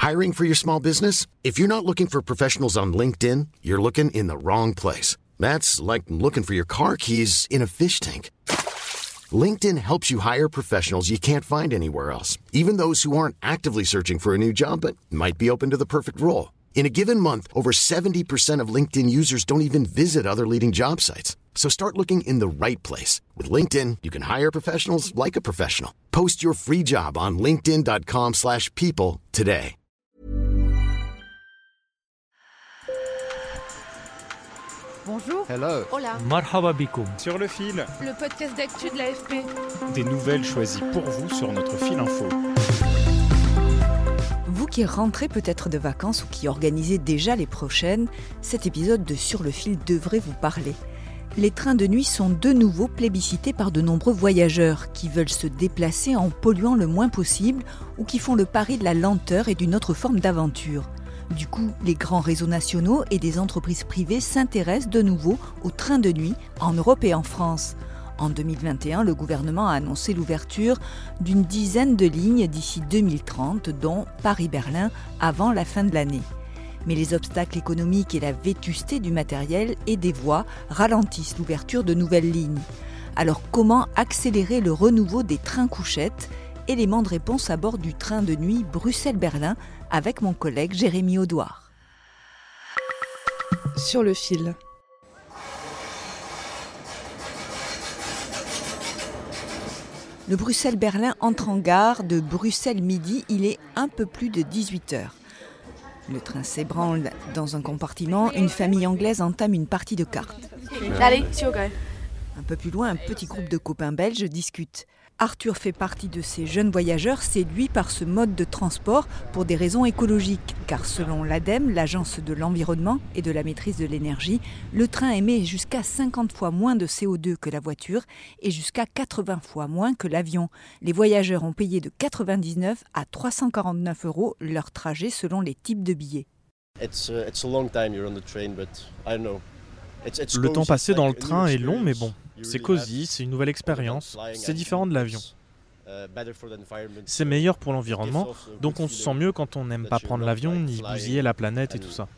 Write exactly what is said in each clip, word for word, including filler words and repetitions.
Hiring for your small business? If you're not looking for professionals on LinkedIn, you're looking in the wrong place. That's like looking for your car keys in a fish tank. LinkedIn helps you hire professionals you can't find anywhere else, even those who aren't actively searching for a new job but might be open to the perfect role. In a given month, over seventy percent of LinkedIn users don't even visit other leading job sites. So start looking in the right place. With LinkedIn, you can hire professionals like a professional. Post your free job on linkedin.com slash people today. Bonjour. Hello. Hola. Marhaba bikoum. Sur le fil. Le podcast d'actu de l'A F P. Des nouvelles choisies pour vous sur notre fil info. Vous qui rentrez peut-être de vacances ou qui organisez déjà les prochaines, cet épisode de Sur le fil devrait vous parler. Les trains de nuit sont de nouveau plébiscités par de nombreux voyageurs qui veulent se déplacer en polluant le moins possible ou qui font le pari de la lenteur et d'une autre forme d'aventure. Du coup, les grands réseaux nationaux et des entreprises privées s'intéressent de nouveau aux trains de nuit en Europe et en France. En deux mille vingt et un, le gouvernement a annoncé l'ouverture d'une dizaine de lignes d'ici deux mille trente, dont Paris-Berlin avant la fin de l'année. Mais les obstacles économiques et la vétusté du matériel et des voies ralentissent l'ouverture de nouvelles lignes. Alors comment accélérer le renouveau des trains couchettes ? Élément de réponse à bord du train de nuit Bruxelles-Berlin avec mon collègue Jérémy Audouard. Sur le fil. Le Bruxelles-Berlin entre en gare de Bruxelles midi, il est un peu plus de dix-huit heures. Le train s'ébranle dans un compartiment, une famille anglaise entame une partie de cartes. Allez, c'est ok. Un peu plus loin, un petit groupe de copains belges discute. Arthur fait partie de ces jeunes voyageurs séduits par ce mode de transport pour des raisons écologiques, car selon l'ADEME, l'Agence de l'environnement et de la maîtrise de l'énergie, le train émet jusqu'à cinquante fois moins de C O deux que la voiture et jusqu'à quatre-vingts fois moins que l'avion. Les voyageurs ont payé de quatre-vingt-dix-neuf à trois cent quarante-neuf euros leur trajet selon les types de billets. Le temps passé dans le train est long, mais bon, c'est cosy, c'est une nouvelle expérience, c'est différent de l'avion. C'est meilleur pour l'environnement, donc on se sent mieux quand on n'aime pas prendre l'avion ni bousiller la planète et tout ça.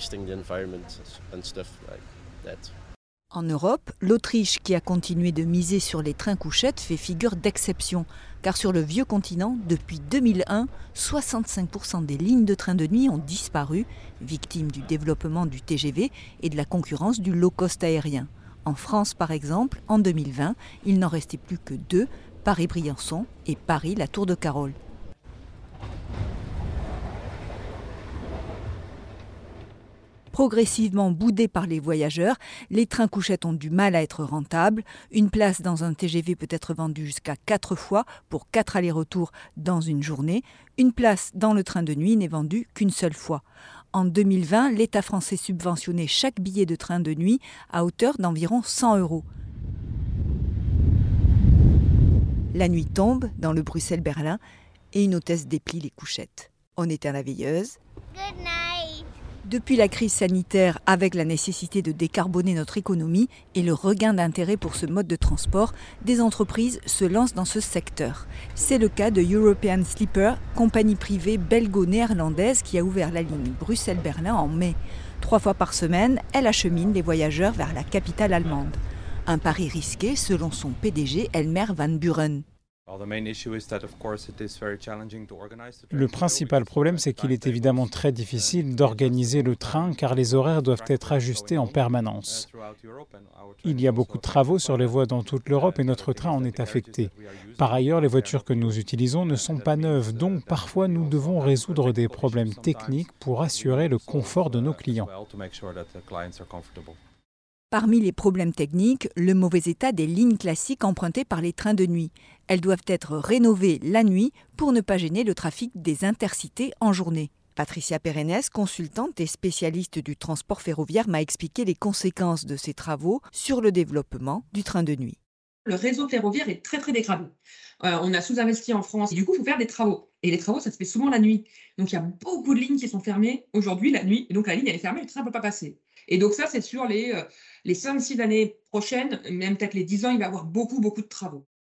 En Europe, l'Autriche, qui a continué de miser sur les trains couchettes, fait figure d'exception. Car sur le vieux continent, depuis deux mille un, soixante-cinq pour cent des lignes de trains de nuit ont disparu, victimes du développement du T G V et de la concurrence du low-cost aérien. En France, par exemple, en deux mille vingt, il n'en restait plus que deux, Paris-Briançon et Paris-La Tour de Carol. Progressivement boudés par les voyageurs, les trains couchettes ont du mal à être rentables. Une place dans un T G V peut être vendue jusqu'à quatre fois pour quatre allers-retours dans une journée. Une place dans le train de nuit n'est vendue qu'une seule fois. En deux mille vingt, l'État français subventionnait chaque billet de train de nuit à hauteur d'environ cent euros. La nuit tombe dans le Bruxelles-Berlin et une hôtesse déplie les couchettes. On éteint la veilleuse. Good night. Depuis la crise sanitaire, avec la nécessité de décarboner notre économie et le regain d'intérêt pour ce mode de transport, des entreprises se lancent dans ce secteur. C'est le cas de European Sleeper, compagnie privée belgo-néerlandaise qui a ouvert la ligne Bruxelles-Berlin en mai. Trois fois par semaine, elle achemine les voyageurs vers la capitale allemande. Un pari risqué, selon son P D G Elmer Van Buren. Le principal problème, c'est qu'il est évidemment très difficile d'organiser le train car les horaires doivent être ajustés en permanence. Il y a beaucoup de travaux sur les voies dans toute l'Europe et notre train en est affecté. Par ailleurs, les voitures que nous utilisons ne sont pas neuves, donc parfois nous devons résoudre des problèmes techniques pour assurer le confort de nos clients. Parmi les problèmes techniques, le mauvais état des lignes classiques empruntées par les trains de nuit. Elles doivent être rénovées la nuit pour ne pas gêner le trafic des intercités en journée. Patricia Perennes, consultante et spécialiste du transport ferroviaire, m'a expliqué les conséquences de ces travaux sur le développement du train de nuit. Le réseau ferroviaire est très très dégradé. Euh, on a sous-investi en France. Et du coup, il faut faire des travaux. Et les travaux, ça se fait souvent la nuit. Donc, il y a beaucoup de lignes qui sont fermées aujourd'hui la nuit. Et donc, la ligne, elle est fermée et le train ne peut pas passer. Et donc, ça, c'est sur les, euh, les cinq six années prochaines, même peut-être les dix ans, il va y avoir beaucoup, beaucoup de travaux.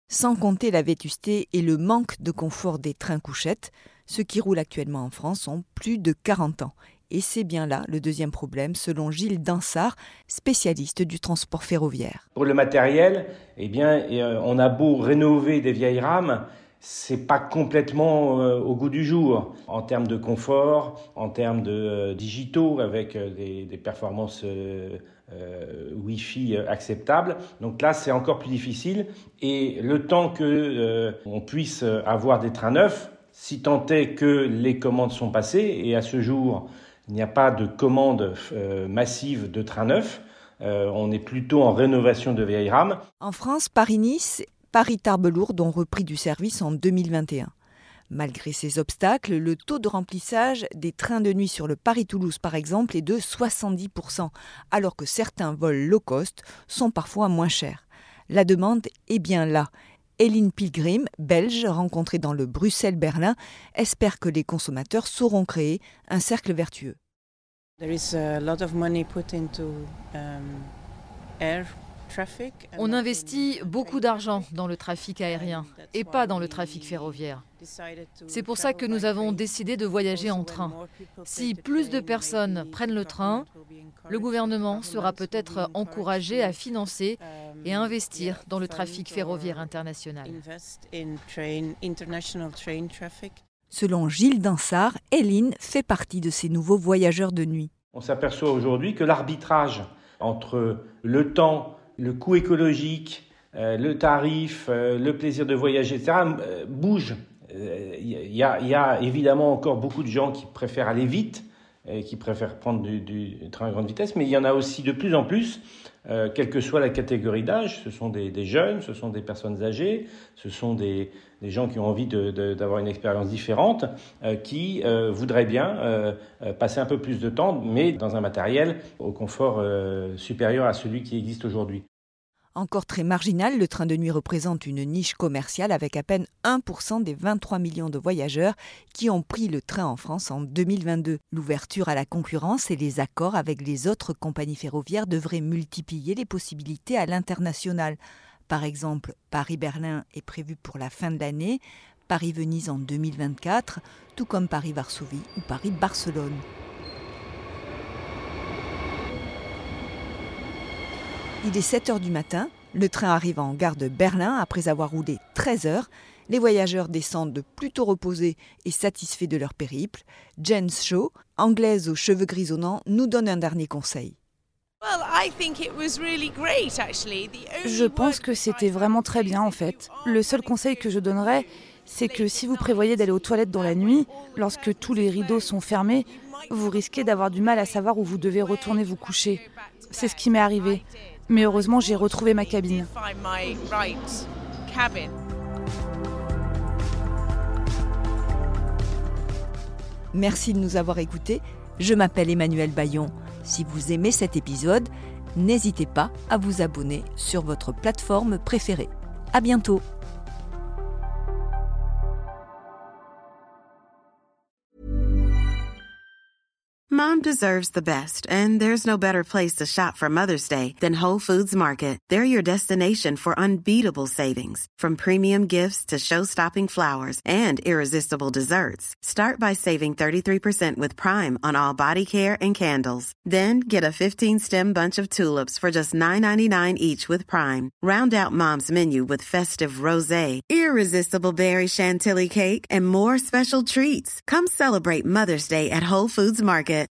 Sans compter la vétusté et le manque de confort des trains couchettes, ceux qui roulent actuellement en France ont plus de quarante ans. Et c'est bien là le deuxième problème, selon Gilles Dansart, spécialiste du transport ferroviaire. Pour le matériel, eh bien, on a beau rénover des vieilles rames, c'est pas complètement euh, au goût du jour en termes de confort, en termes de euh, digitaux avec euh, des, des performances euh, euh, Wi-Fi acceptables. Donc là, c'est encore plus difficile. Et le temps que euh, on puisse avoir des trains neufs, si tant est que les commandes sont passées, et à ce jour, il n'y a pas de commande euh, massive de trains neufs. Euh, on est plutôt en rénovation de vieilles rames. En France, Paris-Nice, Paris-Tarbes-Lourdes ont repris du service en deux mille vingt et un. Malgré ces obstacles, le taux de remplissage des trains de nuit sur le Paris-Toulouse, par exemple, est de soixante-dix pour cent, alors que certains vols low cost sont parfois moins chers. La demande est bien là. Hélène Pilgrim, belge, rencontrée dans le Bruxelles-Berlin, espère que les consommateurs sauront créer un cercle vertueux. There is a lot of money put into um, air. On investit beaucoup d'argent dans le trafic aérien et pas dans le trafic ferroviaire. C'est pour ça que nous avons décidé de voyager en train. Si plus de personnes prennent le train, le gouvernement sera peut-être encouragé à financer et à investir dans le trafic ferroviaire international. Selon Gilles Dansart, Hélène fait partie de ces nouveaux voyageurs de nuit. On s'aperçoit aujourd'hui que l'arbitrage entre le temps, le coût écologique, euh, le tarif, euh, le plaisir de voyager, et cetera, euh, bouge. Il euh, y, a, y a évidemment encore beaucoup de gens qui préfèrent aller vite, et qui préfèrent prendre du, du train à grande vitesse, mais il y en a aussi de plus en plus, euh, quelle que soit la catégorie d'âge. Ce sont des, des jeunes, ce sont des personnes âgées, ce sont des, des gens qui ont envie de, de, d'avoir une expérience différente, euh, qui euh, voudraient bien euh, passer un peu plus de temps, mais dans un matériel au confort euh, supérieur à celui qui existe aujourd'hui. Encore très marginal, le train de nuit représente une niche commerciale avec à peine un pour cent des vingt-trois millions de voyageurs qui ont pris le train en France en deux mille vingt-deux. L'ouverture à la concurrence et les accords avec les autres compagnies ferroviaires devraient multiplier les possibilités à l'international. Par exemple, Paris-Berlin est prévu pour la fin de l'année, Paris-Venise en deux mille vingt-quatre, tout comme Paris-Varsovie ou Paris-Barcelone. Il est sept heures du matin, le train arrive en gare de Berlin après avoir roulé treize heures. Les voyageurs descendent plutôt reposés et satisfaits de leur périple. Jen Shaw, anglaise aux cheveux grisonnants, nous donne un dernier conseil. Je pense que c'était vraiment très bien en fait. Le seul conseil que je donnerais, c'est que si vous prévoyez d'aller aux toilettes dans la nuit, lorsque tous les rideaux sont fermés, vous risquez d'avoir du mal à savoir où vous devez retourner vous coucher. C'est ce qui m'est arrivé. Mais heureusement, j'ai retrouvé ma cabine. Merci de nous avoir écoutés. Je m'appelle Emmanuel Bayon. Si vous aimez cet épisode, n'hésitez pas à vous abonner sur votre plateforme préférée. À bientôt. Mom deserves the best, and there's no better place to shop for Mother's Day than Whole Foods Market. They're your destination for unbeatable savings, from premium gifts to show-stopping flowers and irresistible desserts. Start by saving thirty-three percent with Prime on all body care and candles. Then get a fifteen-stem bunch of tulips for just nine ninety-nine each with Prime. Round out Mom's menu with festive rosé, irresistible berry chantilly cake, and more special treats. Come celebrate Mother's Day at Whole Foods Market.